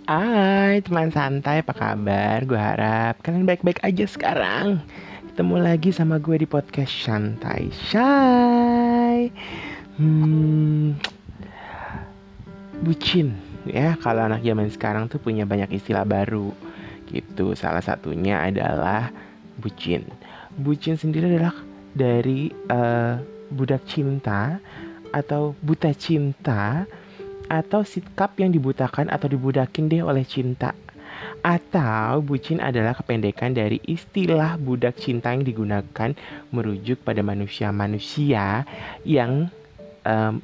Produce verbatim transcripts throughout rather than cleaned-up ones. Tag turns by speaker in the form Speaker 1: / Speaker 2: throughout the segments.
Speaker 1: Hai teman santai, apa kabar? Gue harap kalian baik-baik aja sekarang. Ketemu lagi sama gue di podcast Santai Shy. Hmm, bucin ya. Kalau anak zaman sekarang tuh punya banyak istilah baru gitu. Salah satunya adalah bucin. Bucin sendiri adalah dari eh, budak cinta atau buta cinta atau sikap yang dibutakan atau dibudakin deh oleh cinta. Atau bucin adalah kependekan dari istilah budak cinta yang digunakan merujuk pada manusia-manusia yang em,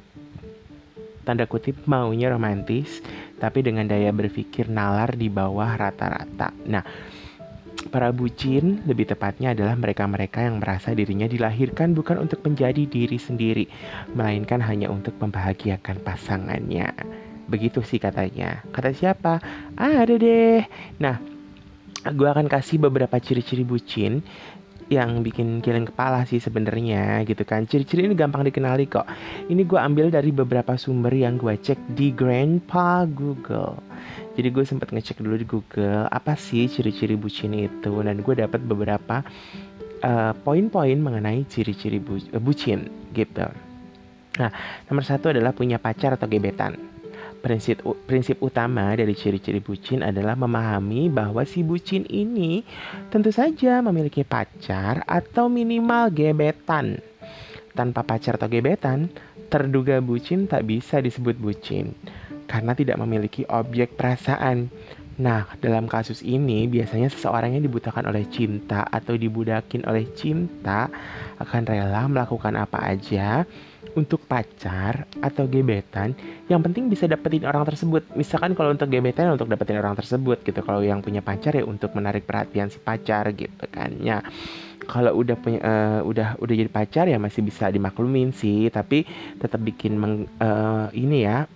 Speaker 1: tanda kutip maunya romantis tapi dengan daya berpikir nalar di bawah rata-rata. Nah, para bucin lebih tepatnya adalah mereka-mereka yang merasa dirinya dilahirkan bukan untuk menjadi diri sendiri, melainkan hanya untuk membahagiakan pasangannya. Begitu sih katanya. Kata siapa? Ah, ada deh. Nah, gue akan kasih beberapa ciri-ciri bucin yang bikin kileng kepala sih sebenarnya gitu kan. Ciri-ciri ini gampang dikenali kok. Ini gue ambil dari beberapa sumber yang gue cek di Grandpa Google. Jadi gue sempat ngecek dulu di Google apa sih ciri-ciri bucin itu, dan gue dapat beberapa uh, poin-poin mengenai ciri-ciri bu- uh, bucin gitu. Nah, nomor satu adalah punya pacar atau gebetan. Prinsip prinsip utama dari ciri-ciri bucin adalah memahami bahwa si bucin ini tentu saja memiliki pacar atau minimal gebetan. Tanpa pacar atau gebetan, terduga bucin tak bisa disebut bucin karena tidak memiliki objek perasaan. Nah, dalam kasus ini biasanya seseorang yang dibutakan oleh cinta atau dibudakin oleh cinta akan rela melakukan apa aja untuk pacar atau gebetan, yang penting bisa dapetin orang tersebut. Misalkan kalau untuk gebetan untuk dapetin orang tersebut gitu. Kalau yang punya pacar ya untuk menarik perhatian si pacar gitu kan. Ya, kalau udah punya uh, udah udah jadi pacar ya masih bisa dimaklumin sih, tapi tetap bikin meng, uh, ini ya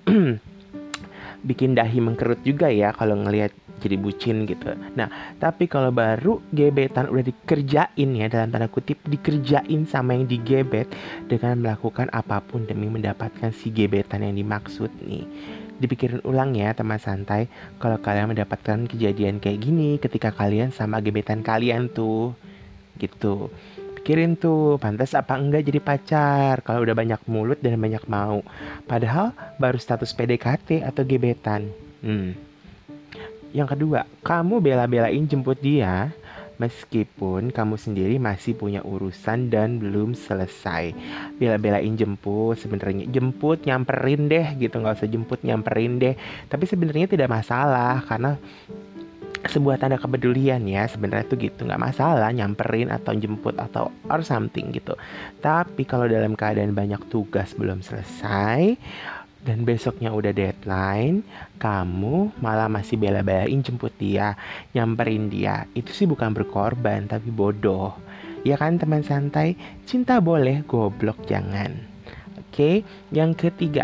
Speaker 1: bikin dahi mengkerut juga ya kalau ngelihat jadi bucin gitu. Nah, tapi kalau baru gebetan udah dikerjain ya, dalam tanda kutip dikerjain sama yang digebet dengan melakukan apapun demi mendapatkan si gebetan yang dimaksud nih. Dipikirin ulang ya teman santai, kalau kalian mendapatkan kejadian kayak gini ketika kalian sama gebetan kalian tuh gitu. Pikirin tuh, pantas apa enggak jadi pacar kalau udah banyak mulut dan banyak mau. Padahal baru status P D K T atau gebetan. Hmm. Yang kedua, kamu bela-belain jemput dia meskipun kamu sendiri masih punya urusan dan belum selesai. Bela-belain jemput, sebenarnya jemput nyamperin deh gitu, nggak usah jemput nyamperin deh. Tapi sebenarnya tidak masalah karena sebuah tanda kepedulian ya, sebenarnya tuh gitu, nggak masalah nyamperin atau jemput atau or something gitu. Tapi kalau dalam keadaan banyak tugas belum selesai dan besoknya udah deadline, kamu malah masih bela-belain jemput dia, nyamperin dia, itu sih bukan berkorban tapi bodoh. Ya kan teman santai, cinta boleh, goblok jangan. Oke, yang ketiga,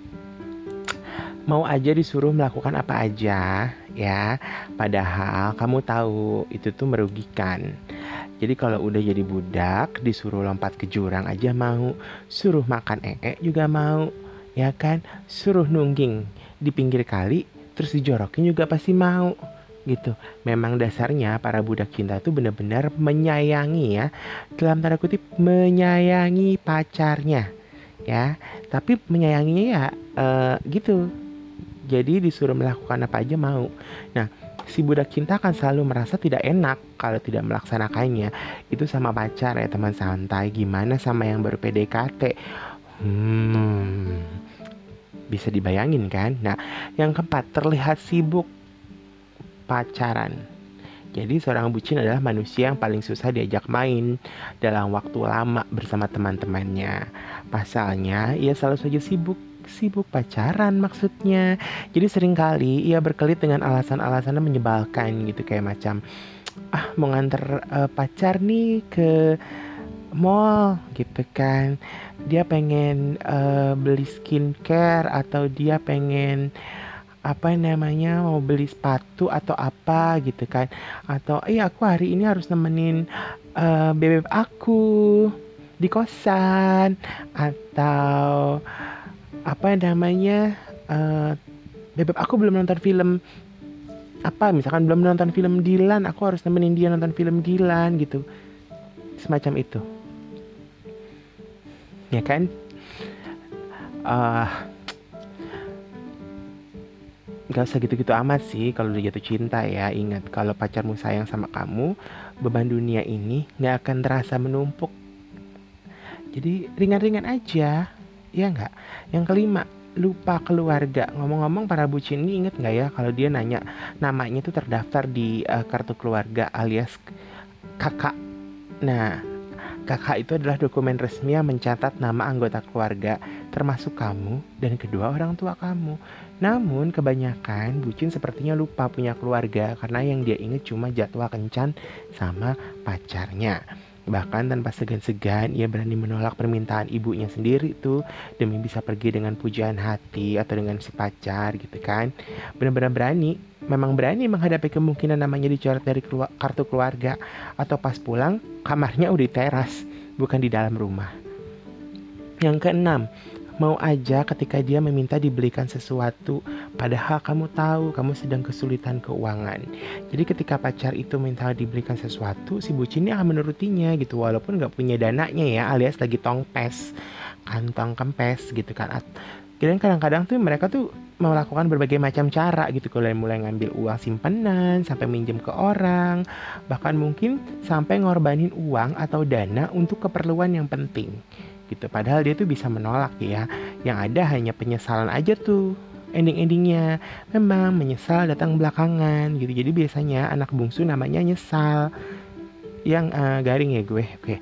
Speaker 1: mau aja disuruh melakukan apa aja ya, padahal kamu tahu itu tuh merugikan. Jadi kalau udah jadi budak disuruh lompat ke jurang aja mau, suruh makan ee juga mau, ya kan, suruh nungging di pinggir kali terus dijorokin juga pasti mau gitu. Memang dasarnya para budak cinta tuh benar-benar menyayangi ya, dalam tanda kutip menyayangi pacarnya ya, tapi menyayanginya ya eh, gitu, jadi disuruh melakukan apa aja mau. Nah, si budak cinta akan selalu merasa tidak enak kalau tidak melaksanakannya. Itu sama pacar ya teman santai. Gimana sama yang baru P D K T? Hmm, bisa dibayangin kan? Nah, yang keempat, terlihat sibuk pacaran. Jadi seorang bucin adalah manusia yang paling susah diajak main dalam waktu lama bersama teman-temannya. Pasalnya, ia selalu saja sibuk sibuk pacaran maksudnya. Jadi seringkali ia berkelit dengan alasan-alasan yang menyebalkan gitu, kayak macam ah mau nganter uh, pacar nih ke mall gitu kan. Dia pengen uh, beli skincare atau dia pengen apa namanya mau beli sepatu atau apa gitu kan, atau iya aku hari ini harus nemenin uh, bebek aku di kosan, atau apa namanya uh, bebek aku belum nonton film apa misalkan belum nonton film Dilan, aku harus nemenin dia nonton film Dilan gitu, semacam itu, ya kan? Ah, Gak usah gitu-gitu amat sih kalau udah jatuh cinta ya. Ingat, kalau pacarmu sayang sama kamu, beban dunia ini gak akan terasa menumpuk. Jadi ringan-ringan aja, ya nggak? Yang kelima, lupa keluarga. Ngomong-ngomong, para bucin ini inget nggak ya kalau dia nanya namanya tuh terdaftar di eh, kartu keluarga alias kakak. Nah, kakak itu adalah dokumen resmi yang mencatat nama anggota keluarga, termasuk kamu dan kedua orang tua kamu. Namun, kebanyakan bucin sepertinya lupa punya keluarga karena yang dia ingat cuma jadwal kencan sama pacarnya. Bahkan tanpa segan-segan, ia berani menolak permintaan ibunya sendiri tuh demi bisa pergi dengan pujian hati atau dengan si pacar gitu kan. Benar-benar berani, memang berani menghadapi kemungkinan namanya dicoret dari kelu- kartu keluarga, atau pas pulang kamarnya udah di teras, bukan di dalam rumah. Yang keenam, mau aja ketika dia meminta dibelikan sesuatu, padahal kamu tahu kamu sedang kesulitan keuangan. Jadi ketika pacar itu minta dibelikan sesuatu, si bucin ini akan menurutinya gitu, walaupun gak punya dananya ya, alias lagi tongpes, kantong kempes gitu kan. Dan kadang-kadang tuh mereka tuh melakukan berbagai macam cara gitu, kalau mulai ngambil uang simpanan sampai minjem ke orang, bahkan mungkin sampai ngorbanin uang atau dana untuk keperluan yang penting gitu. Padahal dia tuh bisa menolak ya. Yang ada hanya penyesalan aja tuh ending-endingnya. Memang menyesal datang belakangan gitu. Jadi biasanya anak bungsu namanya nyesal. Yang uh, garing ya gue. Oke.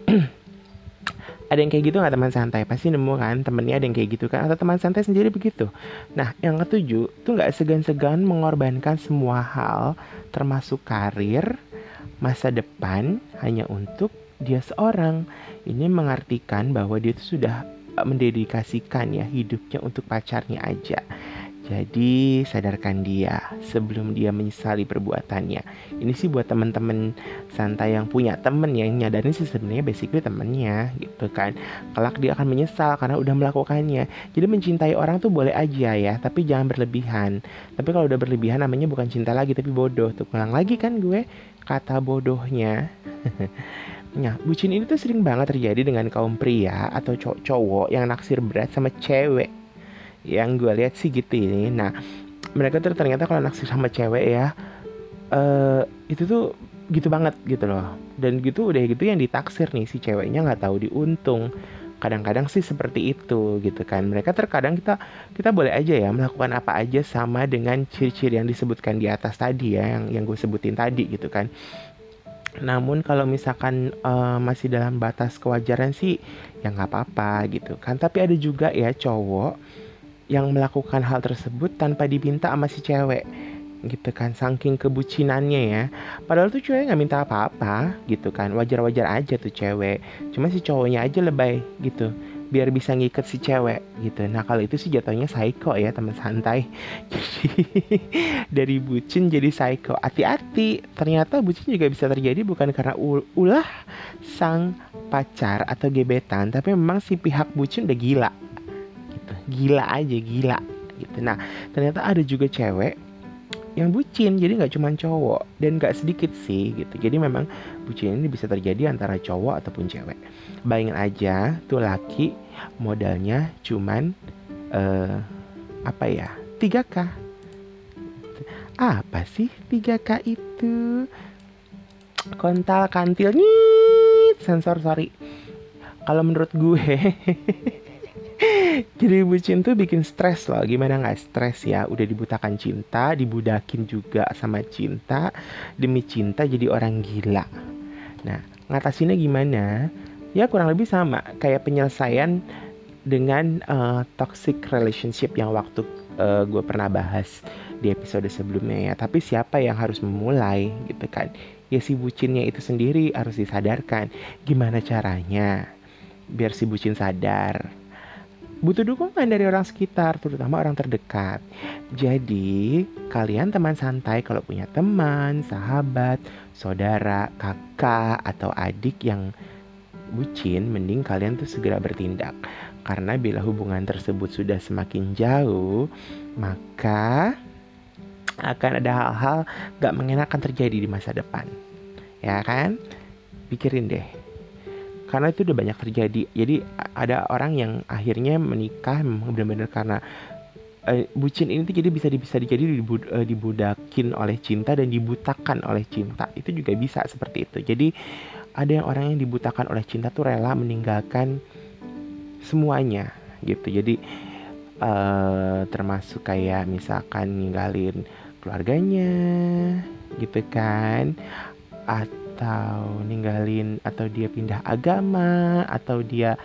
Speaker 1: Ada yang kayak gitu nggak teman santai? Pasti nemu kan temennya ada yang kayak gitu kan? Atau teman santai sendiri begitu? Nah, yang ketujuh tuh nggak segan-segan mengorbankan semua hal, termasuk karir, masa depan, hanya untuk dia seorang. Ini mengartikan bahwa dia itu sudah eh, mendedikasikan ya hidupnya untuk pacarnya aja. Jadi sadarkan dia sebelum dia menyesali perbuatannya. Ini sih buat temen-temen santai yang punya temen ya, yang nyadarin sih sebenarnya basically temennya gitu kan. Kelak dia akan menyesal karena udah melakukannya. Jadi mencintai orang tuh boleh aja ya, tapi jangan berlebihan. Tapi kalau udah berlebihan namanya bukan cinta lagi tapi bodoh. Tuh ulang lagi kan gue kata bodohnya. Nah, bucin ini tuh sering banget terjadi dengan kaum pria atau cowok-cowok yang naksir berat sama cewek. Yang gue lihat sih gitu ini. Nah, mereka tuh ternyata kalau naksir sama cewek ya, eh itu tuh gitu banget gitu loh. Dan gitu udah gitu yang ditaksir nih si ceweknya nggak tahu diuntung. Kadang-kadang sih seperti itu gitu kan. Mereka terkadang kita kita boleh aja ya melakukan apa aja sama dengan ciri-ciri yang disebutkan di atas tadi ya, yang yang gue sebutin tadi gitu kan. Namun kalau misalkan eh, masih dalam batas kewajaran sih ya nggak apa-apa gitu kan. Tapi ada juga ya cowok yang melakukan hal tersebut tanpa diminta sama si cewek gitu kan, saking kebucinannya ya. Padahal tuh cewek nggak minta apa-apa gitu kan, wajar-wajar aja tuh cewek, cuma si cowoknya aja lebay gitu biar bisa ngiket si cewek gitu. Nah kalau itu sih jatuhnya psycho ya teman santai. Jadi dari bucin jadi psycho, hati-hati, ternyata bucin juga bisa terjadi bukan karena ulah sang pacar atau gebetan, tapi memang si pihak bucin udah gila gitu, gila aja gila gitu. Nah ternyata ada juga cewek yang bucin, jadi nggak cuma cowok, dan nggak sedikit sih gitu. Jadi memang bucin ini bisa terjadi antara cowok ataupun cewek. Bayangin aja tuh laki modalnya cuman uh, apa ya, tiga k. Apa sih tiga k itu? Kontal kantil nyit sensor, sorry. Kalau menurut gue jadi bucin tuh bikin stres loh. Gimana gak stres ya? Udah dibutakan cinta, dibudakin juga sama cinta. Demi cinta jadi orang gila. Nah, ngatasinnya gimana? Ya kurang lebih sama kayak penyelesaian dengan uh, toxic relationship yang waktu uh, gue pernah bahas di episode sebelumnya ya. Tapi siapa yang harus memulai gitu kan? Ya si bucinnya itu sendiri harus disadarkan. Gimana caranya biar si bucin sadar? Butuh dukungan dari orang sekitar, terutama orang terdekat. Jadi, kalian teman santai kalau punya teman, sahabat, saudara, kakak, atau adik yang bucin, mending kalian tuh segera bertindak. Karena bila hubungan tersebut sudah semakin jauh, maka akan ada hal-hal gak mengenakan terjadi di masa depan. Ya kan? Pikirin deh. Karena itu udah banyak terjadi. Jadi ada orang yang akhirnya menikah memang benar-benar karena uh, bucin ini tuh jadi bisa bisa dijadi dibud, uh, dibudakin oleh cinta dan dibutakan oleh cinta. Itu juga bisa seperti itu. Jadi ada yang orang yang dibutakan oleh cinta tuh rela meninggalkan semuanya gitu. Jadi uh, termasuk kayak misalkan ninggalin keluarganya gitu kan, atau ninggalin, atau dia pindah agama, atau dia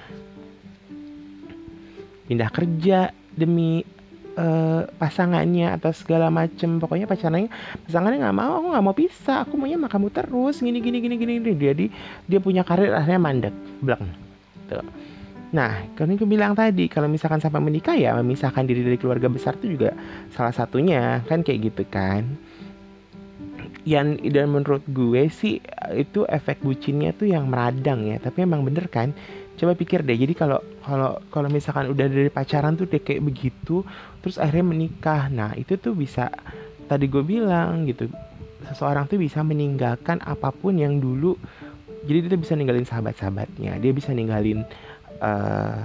Speaker 1: pindah kerja demi uh, pasangannya atau segala macem. Pokoknya pasangannya pasangannya nggak mau, aku nggak mau pisah, aku maunya sama kamu terus, gini gini gini gini. Jadi dia punya karir akhirnya mandek, belum tuh. Nah, kalau aku bilang tadi, kalau misalkan sampai menikah ya memisahkan diri dari keluarga besar itu juga salah satunya, kan kayak gitu kan. Yang dan menurut gue sih itu efek bucinnya tuh yang meradang ya, tapi emang bener kan. Coba pikir deh, jadi kalau kalau kalau misalkan udah dari pacaran tuh deh kayak begitu, terus akhirnya menikah, nah itu tuh bisa, tadi gue bilang gitu, seseorang tuh bisa meninggalkan apapun yang dulu. Jadi dia bisa ninggalin sahabat-sahabatnya, dia bisa ninggalin uh,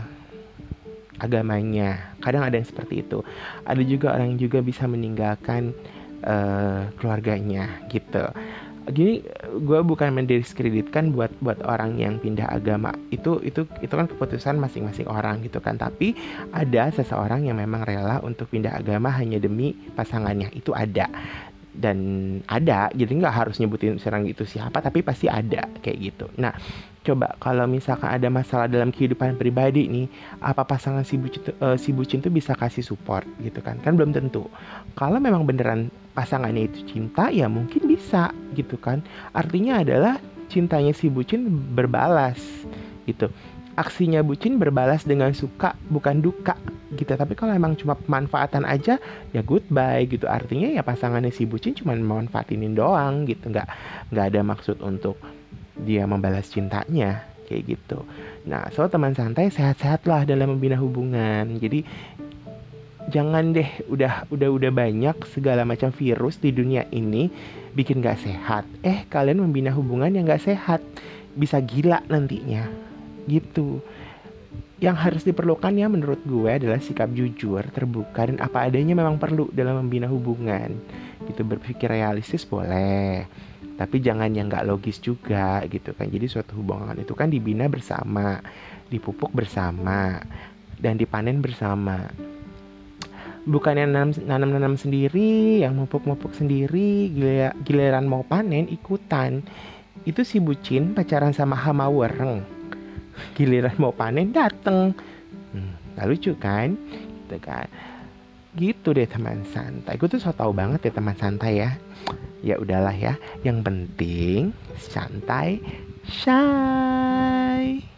Speaker 1: agamanya. Kadang ada yang seperti itu. Ada juga orang yang juga bisa meninggalkan uh, keluarganya gitu. Gini, gue bukan mendiskreditkan buat buat orang yang pindah agama. Itu itu itu kan keputusan masing-masing orang gitu kan. Tapi ada seseorang yang memang rela untuk pindah agama hanya demi pasangannya. Itu ada. Dan ada, jadi nggak harus nyebutin serang itu siapa, tapi pasti ada kayak gitu. Nah, coba kalau misalkan ada masalah dalam kehidupan pribadi nih, apa pasangan si bucin, uh, si bucin tuh bisa kasih support gitu kan? Kan belum tentu. Kalau memang beneran pasangannya itu cinta, ya mungkin bisa gitu kan. Artinya adalah cintanya si bucin berbalas gitu. Aksinya bucin berbalas dengan suka bukan duka gitu. Tapi kalau emang cuma pemanfaatan aja, ya goodbye gitu. Artinya ya pasangannya si bucin cuma memanfaatinin doang gitu, nggak nggak ada maksud untuk dia membalas cintanya kayak gitu. Nah, so teman santai, sehat-sehatlah dalam membina hubungan. Jadi jangan deh, udah udah udah banyak segala macam virus di dunia ini bikin nggak sehat. Eh kalian membina hubungan yang nggak sehat, bisa gila nantinya gitu. Yang harus diperlukan ya menurut gue adalah sikap jujur, terbuka, dan apa adanya memang perlu dalam membina hubungan gitu. Berpikir realistis boleh, tapi jangan yang gak logis juga gitu kan. Jadi suatu hubungan itu kan dibina bersama, dipupuk bersama, dan dipanen bersama. Bukan yang nanam-nanam sendiri, yang mupuk-mupuk sendiri, giliran mau panen ikutan. Itu si bucin pacaran sama hama wereng, giliran mau panen dateng. hmm, Gak lucu kan gitu kan. Gitu deh teman santai. Gue tuh so tau banget ya teman santai ya. Ya udahlah ya, yang penting santai, shy.